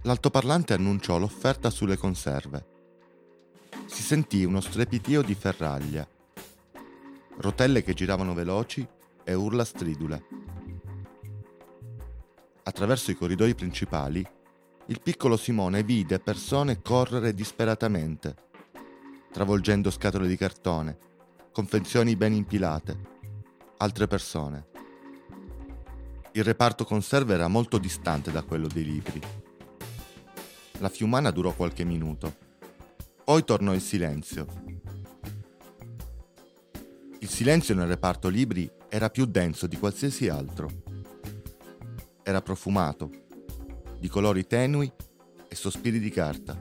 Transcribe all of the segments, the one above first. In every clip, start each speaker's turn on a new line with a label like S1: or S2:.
S1: L'altoparlante annunciò l'offerta sulle conserve. Si sentì uno strepitio di ferraglia, rotelle che giravano veloci e urla stridule. Attraverso i corridoi principali, il piccolo Simone vide persone correre disperatamente, travolgendo scatole di cartone, confezioni ben impilate, altre persone. Il reparto conserve era molto distante da quello dei libri. La fiumana durò qualche minuto. Poi tornò il silenzio. Il silenzio nel reparto libri era più denso di qualsiasi altro. Era profumato, di colori tenui e sospiri di carta.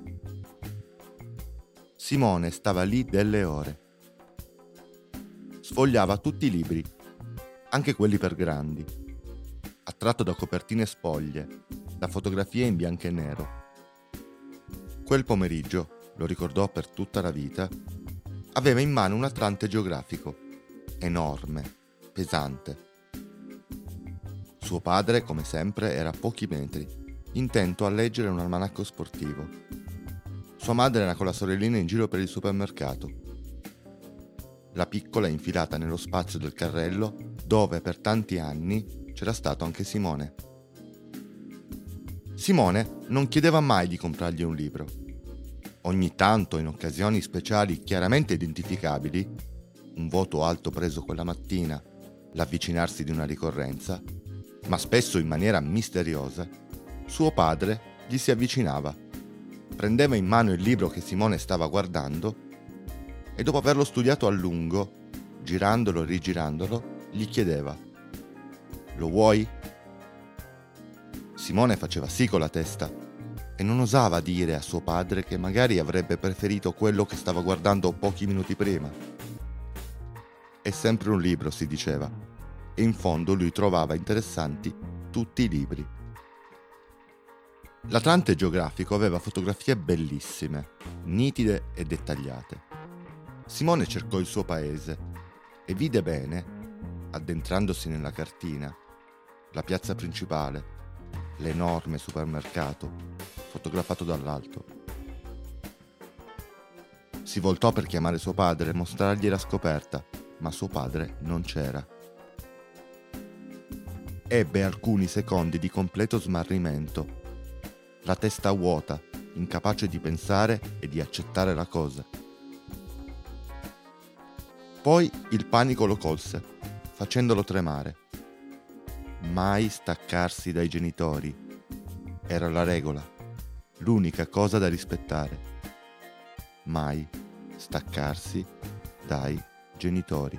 S1: Simone stava lì delle ore. Sfogliava tutti i libri, anche quelli per grandi, attratto da copertine spoglie, da fotografie in bianco e nero. Quel pomeriggio, lo ricordò per tutta la vita, aveva in mano un Atlante geografico, enorme, pesante. Suo padre, come sempre, era a pochi metri, intento a leggere un almanacco sportivo. Sua madre era con la sorellina in giro per il supermercato. La piccola infilata nello spazio del carrello, dove per tanti anni c'era stato anche Simone. Simone non chiedeva mai di comprargli un libro. Ogni tanto, in occasioni speciali chiaramente identificabili, un voto alto preso quella mattina, l'avvicinarsi di una ricorrenza, ma spesso in maniera misteriosa, suo padre gli si avvicinava, prendeva in mano il libro che Simone stava guardando e dopo averlo studiato a lungo, girandolo e rigirandolo, gli chiedeva: «Lo vuoi?» Simone faceva sì con la testa e non osava dire a suo padre che magari avrebbe preferito quello che stava guardando pochi minuti prima. È sempre un libro, si diceva, e in fondo lui trovava interessanti tutti i libri. L'Atlante geografico aveva fotografie bellissime, nitide e dettagliate. Simone cercò il suo paese e vide bene, addentrandosi nella cartina, la piazza principale, l'enorme supermercato, fotografato dall'alto. Si voltò per chiamare suo padre e mostrargli la scoperta, ma suo padre non c'era. Ebbe alcuni secondi di completo smarrimento, la testa vuota, incapace di pensare e di accettare la cosa. Poi il panico lo colse, facendolo tremare. Mai staccarsi dai genitori. Era la regola, l'unica cosa da rispettare. Mai staccarsi dai genitori.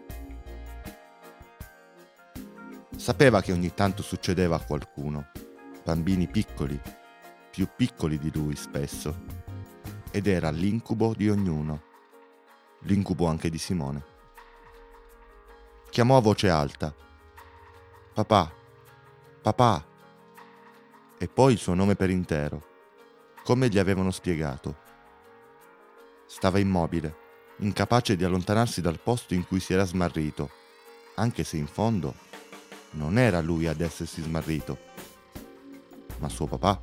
S1: Sapeva che ogni tanto succedeva a qualcuno, bambini piccoli, più piccoli di lui spesso, ed era l'incubo di ognuno, l'incubo anche di Simone. Chiamò a voce alta: «Papà, papà!» E poi il suo nome per intero, come gli avevano spiegato. Stava immobile, incapace di allontanarsi dal posto in cui si era smarrito, anche se in fondo non era lui ad essersi smarrito, ma suo papà.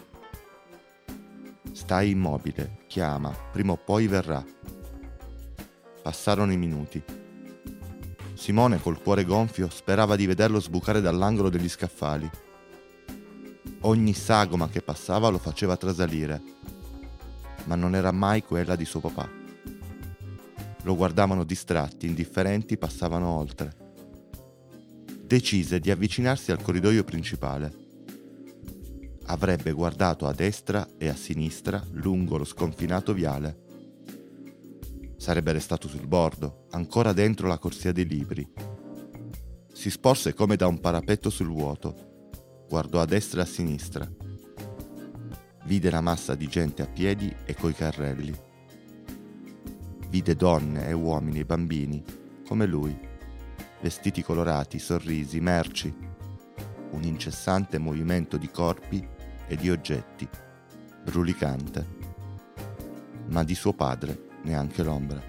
S1: Stai immobile, chiama, prima o poi verrà. Passarono i minuti. Simone, col cuore gonfio, sperava di vederlo sbucare dall'angolo degli scaffali. Ogni sagoma che passava lo faceva trasalire, ma non era mai quella di suo papà. Lo guardavano distratti, indifferenti, passavano oltre. Decise di avvicinarsi al corridoio principale. Avrebbe guardato a destra e a sinistra lungo lo sconfinato viale. Sarebbe restato sul bordo, ancora dentro la corsia dei libri. Si sporse come da un parapetto sul vuoto. Guardò a destra e a sinistra. Vide la massa di gente a piedi e coi carrelli. Vide donne e uomini e bambini, come lui, vestiti colorati, sorrisi, merci. Un incessante movimento di corpi e di oggetti, brulicante. Ma di suo padre neanche l'ombra.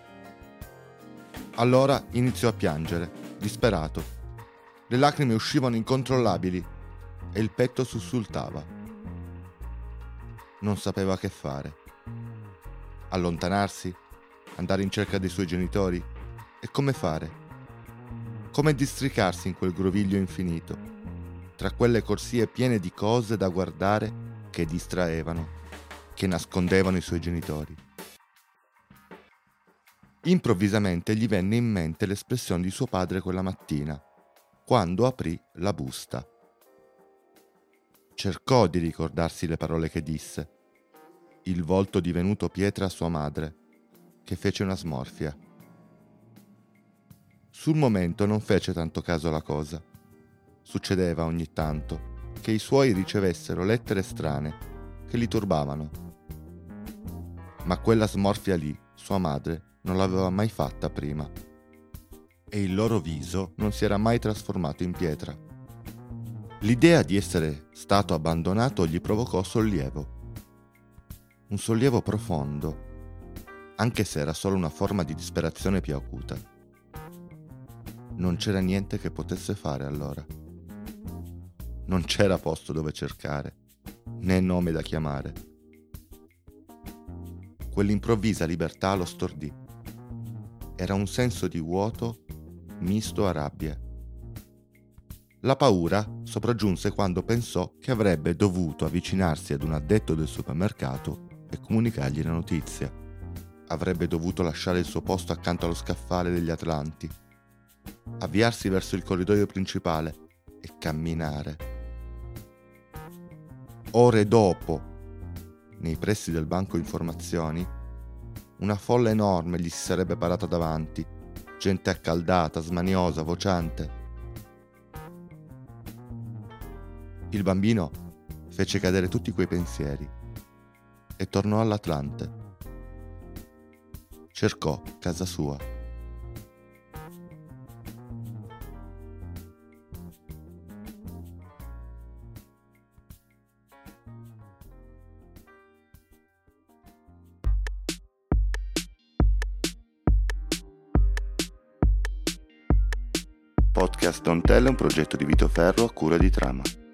S1: Allora iniziò a piangere, disperato. Le lacrime uscivano incontrollabili e il petto sussultava. Non sapeva che fare. Allontanarsi? Andare in cerca dei suoi genitori? E come fare? Come districarsi in quel groviglio infinito, tra quelle corsie piene di cose da guardare che distraevano, che nascondevano i suoi genitori. Improvvisamente gli venne in mente l'espressione di suo padre quella mattina, quando aprì la busta. Cercò di ricordarsi le parole che disse, il volto divenuto pietra a sua madre, che fece una smorfia. Sul momento non fece tanto caso alla cosa. Succedeva ogni tanto che i suoi ricevessero lettere strane che li turbavano. Ma quella smorfia lì, sua madre, non l'aveva mai fatta prima. E il loro viso non si era mai trasformato in pietra. L'idea di essere stato abbandonato gli provocò sollievo. Un sollievo profondo, anche se era solo una forma di disperazione più acuta. Non c'era niente che potesse fare allora. Non c'era posto dove cercare, né nome da chiamare. Quell'improvvisa libertà lo stordì. Era un senso di vuoto misto a rabbia. La paura sopraggiunse quando pensò che avrebbe dovuto avvicinarsi ad un addetto del supermercato e comunicargli la notizia. Avrebbe dovuto lasciare il suo posto accanto allo scaffale degli Atlanti, avviarsi verso il corridoio principale e camminare. Ore dopo, nei pressi del banco informazioni, una folla enorme gli si sarebbe parata davanti, gente accaldata, smaniosa, vociante. Il bambino fece cadere tutti quei pensieri e tornò all'Atlante. Cercò casa sua. Podcast Don't Tell è un progetto di Vito Ferro a cura di Trama.